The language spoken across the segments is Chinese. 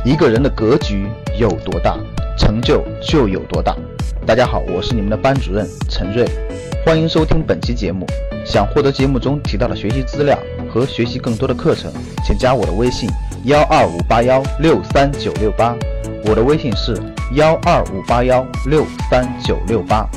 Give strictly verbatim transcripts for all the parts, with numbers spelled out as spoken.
一个人的格局有多大，成就就有多大。大家好，我是你们的班主任陈瑞，欢迎收听本期节目。想获得节目中提到的学习资料和学习更多的课程，请加我的微信幺二五八幺六三九六八，我的微信是幺二五八幺六三九六八。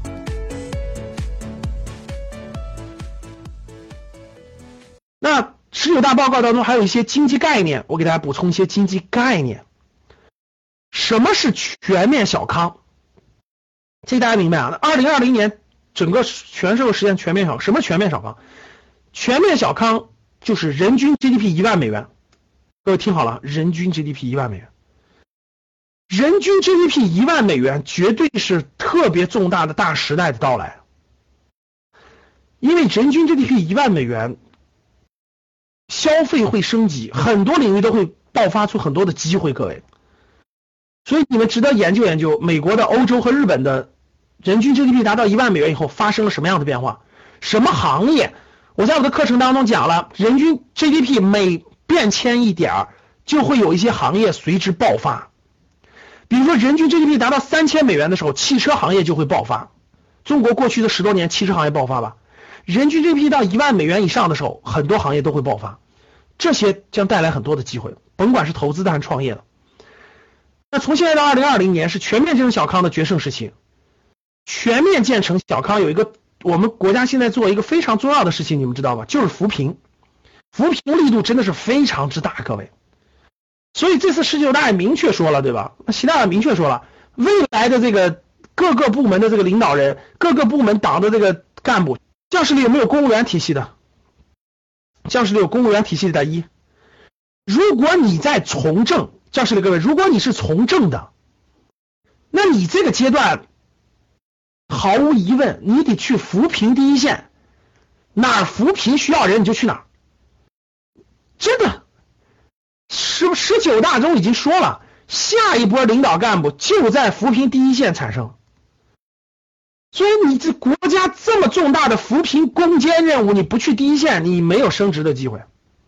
那十九大报告当中还有一些经济概念，我给大家补充一些经济概念。什么是全面小康？这大家明白啊？二零二零年整个全社会实现全面小康。什么全面小康？全面小康就是人均 G D P 一万美元。各位听好了，人均 G D P 一万美元。人均 G D P 一万美元绝对是特别重大的大时代的到来。因为人均 G D P 一万美元，消费会升级，很多领域都会爆发出很多的机会，各位。所以你们值得研究研究美国的、欧洲和日本的人均 G D P 达到一万美元以后发生了什么样的变化，什么行业。我在我的课程当中讲了，人均 G D P 每变迁一点就会有一些行业随之爆发。比如说人均 G D P 达到三千美元的时候，汽车行业就会爆发。中国过去的十多年汽车行业爆发吧。人均 G D P 到一万美元以上的时候，很多行业都会爆发，这些将带来很多的机会，甭管是投资的还是创业的。那从现在到二零二零年是全面建成小康的决胜时期。全面建成小康有一个我们国家现在做一个非常重要的事情，你们知道吗？就是扶贫。扶贫力度真的是非常之大，各位。所以这次十九大也明确说了，对吧？那习大大明确说了，未来的这个各个部门的这个领导人，各个部门党的这个干部，教室里有没有公务员体系的？教室里有公务员体系的打一。如果你在从政，教室里各位，如果你是从政的，那你这个阶段毫无疑问，你得去扶贫第一线，哪儿扶贫需要人你就去哪儿。真的，十十九大中已经说了，下一波领导干部就在扶贫第一线产生。所以你这国家这么重大的扶贫攻坚任务，你不去第一线，你没有升职的机会。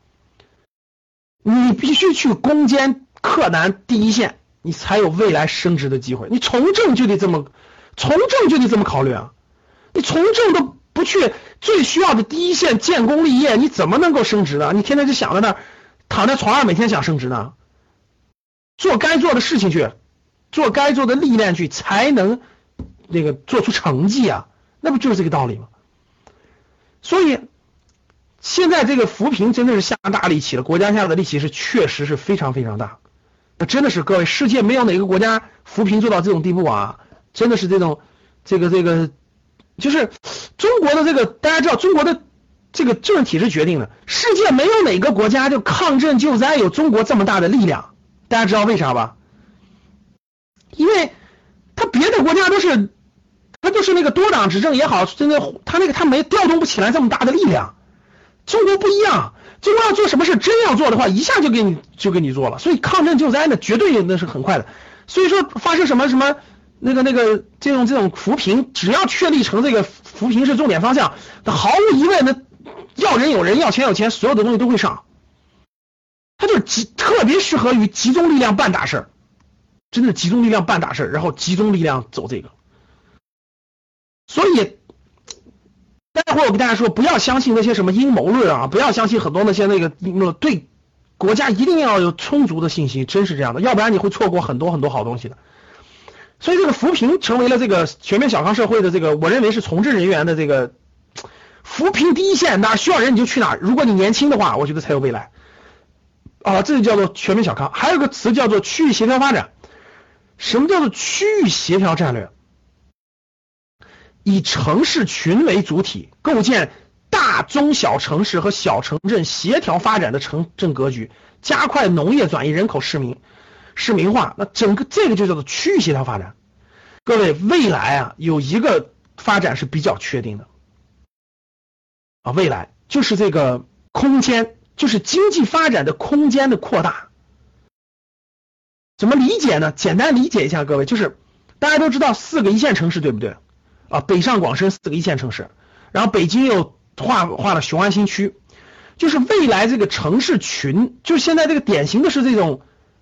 你必须去攻坚克难第一线，你才有未来升职的机会。你从政就得这么，从政就得这么考虑啊！你从政都不去最需要的第一线建功立业，你怎么能够升职呢？你天天就想着那儿躺在床上每天想升职呢？做该做的事情去，做该做的历练去，才能那个做出成绩啊，那不就是这个道理吗？所以现在这个扶贫真的是下大力气了，国家下的力气是确实是非常非常大。那真的是各位，世界没有哪个国家扶贫做到这种地步啊！真的是这种这个这个，就是中国的这个，大家知道中国的这个政治体制决定的，世界没有哪个国家就抗震救灾有中国这么大的力量。大家知道为啥吧？因为他别的国家都是。他就是那个多党执政也好，真的他那个他没调动不起来这么大的力量。中国不一样，中国要做什么事真要做的话，一下就给你就给你做了。所以抗震救灾呢，绝对那是很快的。所以说发生什么什么那个那个这种这种扶贫，只要确立成这个扶贫是重点方向，那毫无疑问的要人有人，要钱有钱，所有的东西都会上。他就是集特别适合于集中力量办大事，真的集中力量办大事，然后集中力量走这个。所以待会儿我跟大家说，不要相信那些什么阴谋论啊，不要相信很多那些那个阴谋，对国家一定要有充足的信息，真是这样的，要不然你会错过很多很多好东西的。所以这个扶贫成为了这个全面小康社会的这个，我认为是从政人员的这个扶贫第一线，哪需要人你就去哪，如果你年轻的话，我觉得才有未来啊，这就叫做全面小康。还有个词叫做区域协调发展。什么叫做区域协调战略？以城市群为主体，构建大中小城市和小城镇协调发展的城镇格局，加快农业转移、人口市民市民化。那整个这个就叫做区域协调发展。各位，未来啊有一个发展是比较确定的啊，未来就是这个空间，就是经济发展的空间的扩大。怎么理解呢？简单理解一下，各位，就是大家都知道四个一线城市，对不对？啊，北上广深四个一线城市，然后北京又划划了雄安新区，就是未来这个城市群，就是现在这个典型的是这种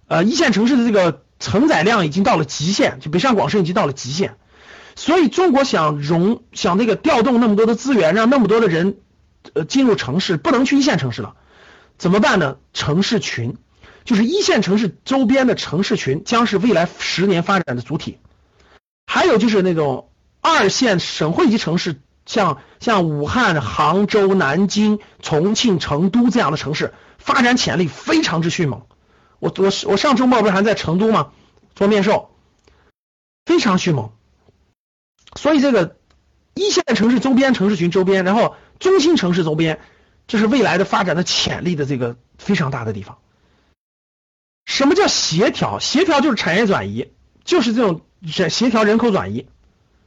呃，一线城市的这个承载量已经到了极限，就北上广深已经到了极限，所以中国想融想这个调动那么多的资源，让那么多的人呃进入城市，不能去一线城市了，怎么办呢？城市群，就是一线城市周边的城市群将是未来十年发展的主体。还有就是那种二线省会级城市，像像武汉、杭州、南京、重庆、成都这样的城市，发展潜力非常之迅猛。我我我上周末不是还在成都吗？做面授，非常迅猛。所以这个一线城市周边城市群周边，然后中心城市周边，这是未来的发展的潜力的这个非常大的地方。什么叫协调？协调就是产业转移，就是这种协调人口转移。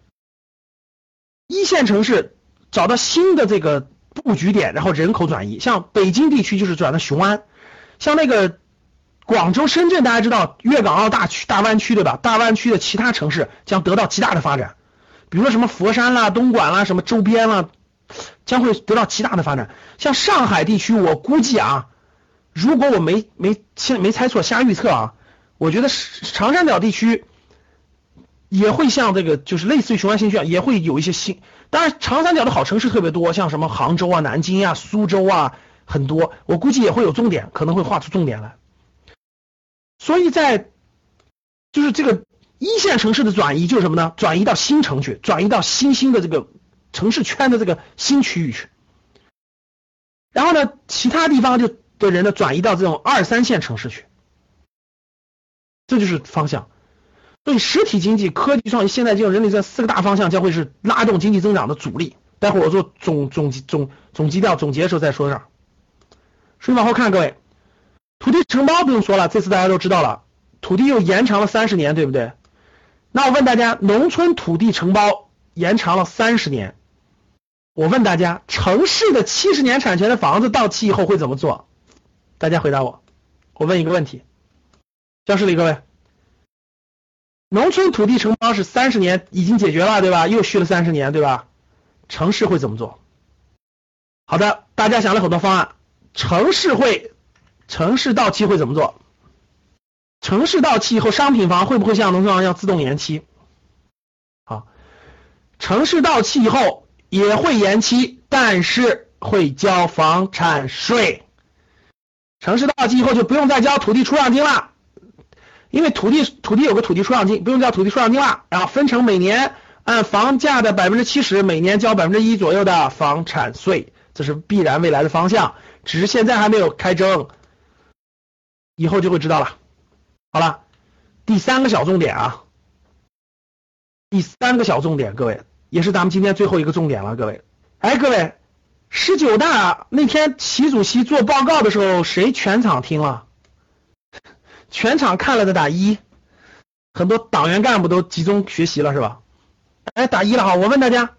一线城市找到新的这个布局点，然后人口转移，像北京地区就是转到雄安，像那个广州、深圳，大家知道粤港澳大区、大湾区对吧？大湾区的其他城市将得到极大的发展，比如说什么佛山啦、东莞啦、什么周边啦，将会得到极大的发展。像上海地区，我估计啊，如果我没没没猜错，瞎预测啊，我觉得长三角地区也会像这个，就是类似于雄安新区啊，也会有一些新。当然，长三角的好城市特别多，像什么杭州啊、南京啊、苏州啊，很多。我估计也会有重点，可能会画出重点来。所以在就是这个一线城市的转移，就是什么呢？转移到新城去，转移到新兴的这个城市圈的这个新区域去。然后呢，其他地方就的人呢，转移到这种二三线城市去。这就是方向。所以实体经济、科技创新、现代金融、人力这四个大方向将会是拉动经济增长的主力。待会儿我做总总总总基调总结的时候再说上。所以往后看，各位，土地承包不用说了，这次大家都知道了，土地又延长了三十年，对不对？那我问大家，农村土地承包延长了三十年，我问大家，城市的七十年产权的房子到期以后会怎么做？大家回答我。我问一个问题，教室里各位。农村土地承包是三十年已经解决了，对吧？又续了三十年，对吧？城市会怎么做？好的，大家想了很多方案。城市会，城市到期会怎么做？城市到期以后，商品房会不会像农村房一样自动延期？好，城市到期以后也会延期，但是会交房产税。城市到期以后就不用再交土地出让金了。因为土地土地有个土地出让金，不用交土地出让金了，然后分成每年按房价的百分之七十，每年交百分之一左右的房产税，这是必然未来的方向，只是现在还没有开征，以后就会知道了。好了，第三个小重点啊，第三个小重点，各位也是咱们今天最后一个重点了，各位。哎，各位，十九大那天习主席做报告的时候，谁全场听了？全场看了的打一，很多党员干部都集中学习了是吧？哎，打一了哈！我问大家，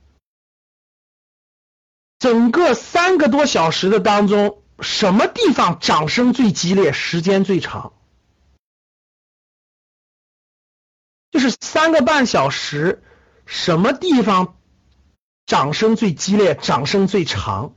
整个三个多小时的当中，什么地方掌声最激烈，时间最长？就是三个半小时，什么地方掌声最激烈，掌声最长？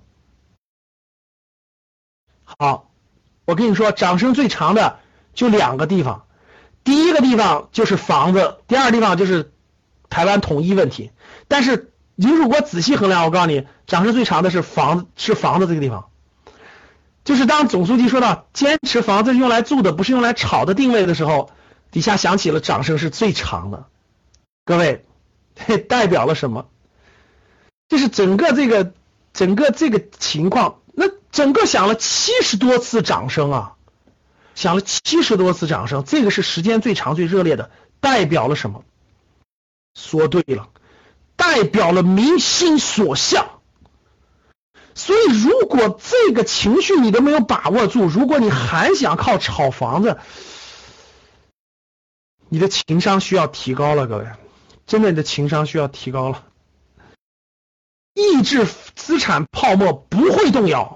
好，我跟你说，掌声最长的就两个地方，第一个地方就是房子，第二个地方就是台湾统一问题。但是你如果仔细衡量，我告诉你，掌声最长的是房子，是房子这个地方。就是当总书记说到坚持房子是用来住的，不是用来炒的定位的时候，底下响起了掌声是最长的。各位，代表了什么？就是整个这个整个这个情况，那整个响了七十多次掌声啊！响了七十多次掌声，这个是时间最长最热烈的，代表了什么？说对了，代表了民心所向。所以如果这个情绪你都没有把握住，如果你还想靠炒房子，你的情商需要提高了，各位，真的你的情商需要提高了。抑制资产泡沫不会动摇。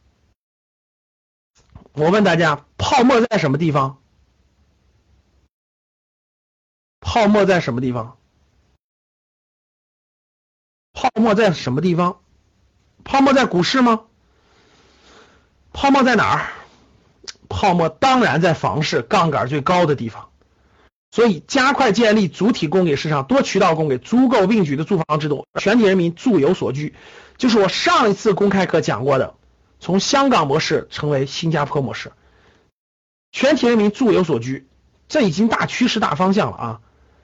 我问大家，泡沫在什么地方？泡沫在什么地方？泡沫在什么地方？泡沫在股市吗？泡沫在哪儿？泡泡沫当然在房市杠杆最高的地方。所以加快建立主体供给市场、多渠道供给、足够并举的住房制度，全体人民住有所居，就是我上一次公开课讲过的，从香港模式成为新加坡模式，全体人民住有所居，这已经大趋势大方向了啊。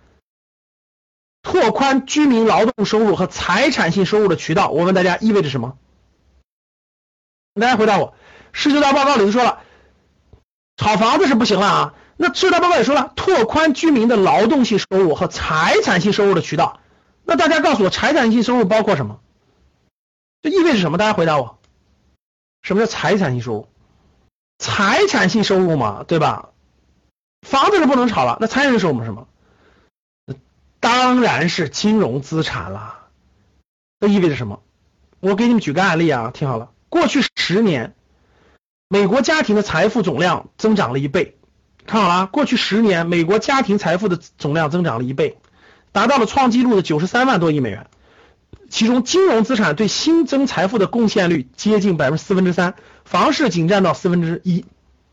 拓宽居民劳动收入和财产性收入的渠道，我问大家意味着什么？大家回答我。市九大报告里就说了，炒房子是不行了啊。那市九大报告也说了，拓宽居民的劳动性收入和财产性收入的渠道。那大家告诉我，财产性收入包括什么？这意味着什么？大家回答我。什么叫财产性收入？财产性收入嘛，对吧？房子是不能炒了，那财产性收入是什么？当然是金融资产了。这意味着什么？我给你们举个案例啊，听好了。过去十年，美国家庭的财富总量增长了一倍。看好了，过去十年，美国家庭财富的总量增长了一倍，达到了创纪录的九十三万多亿美元。其中，金融资产对新增财富的贡献率接近百分之四分之三，房市仅占到四分之一。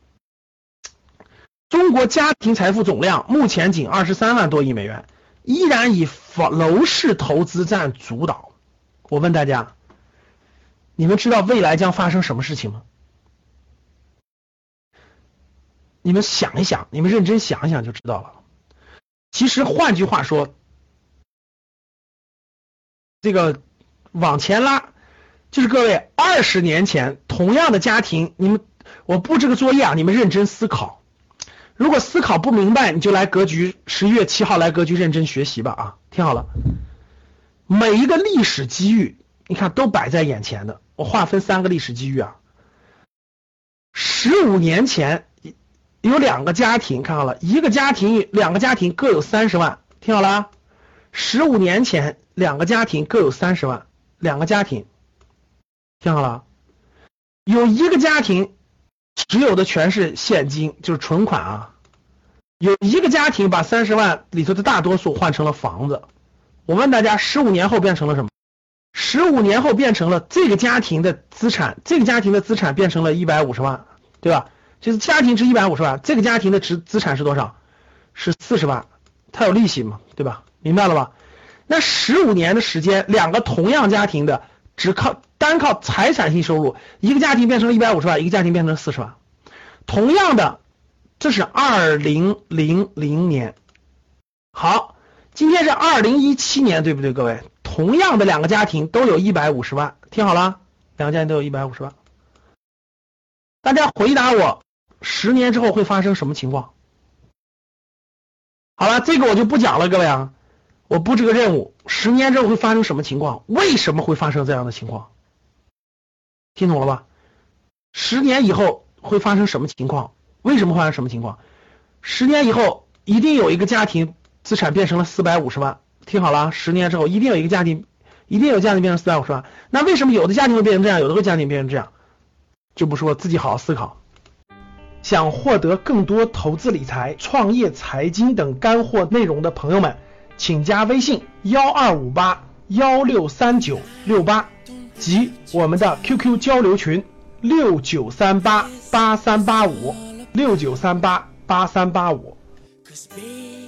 中国家庭财富总量目前仅二十三万多亿美元，依然以房楼市投资占主导。我问大家，你们知道未来将发生什么事情吗？你们想一想，你们认真想一想就知道了。其实换句话说，这个往前拉，就是各位二十年前同样的家庭，你们我布这个作业啊，你们认真思考。如果思考不明白，你就来格局十一月七号来格局认真学习吧啊！听好了，每一个历史机遇，你看都摆在眼前的。我划分三个历史机遇啊。十五年前有两个家庭，看好了，一个家庭两个家庭各有三十万，听好了，十五年前两个家庭各有三十万，两个家庭，听好了，有一个家庭持有的全是现金，就是存款啊，有一个家庭把三十万里头的大多数换成了房子。我问大家，十五年后变成了什么？十五年后变成了这个家庭的资产，这个家庭的资产变成了一百五十万，对吧？就是家庭值一百五十万，这个家庭的值资产是多少？是四十万，它有利息嘛，对吧？明白了吧？那十五年的时间，两个同样家庭的只靠单靠财产性收入，一个家庭变成了一百五十万，一个家庭变成了四十万。同样的，这是二零零零年。好，今天是二零一七年，对不对，各位？同样的两个家庭都有一百五十万，听好了，两个家庭都有一百五十万。大家回答我，十年之后会发生什么情况？好了，这个我就不讲了，各位啊，我布这个任务，十年之后会发生什么情况？为什么会发生这样的情况？听懂了吧？十年以后会发生什么情况？为什么会发生什么情况？十年以后一定有一个家庭资产变成了四百五十万，听好了，十年之后一定有一个家庭，一定有家庭变成四百五十万。那为什么有的家庭会变成这样，有的家庭变成这样？就不说，自己好好思考。想获得更多投资理财、创业财经等干货内容的朋友们，请加微信幺二五八幺六三九六八及我们的 Q Q 交流群六九三八八三八五六九三八八三八五。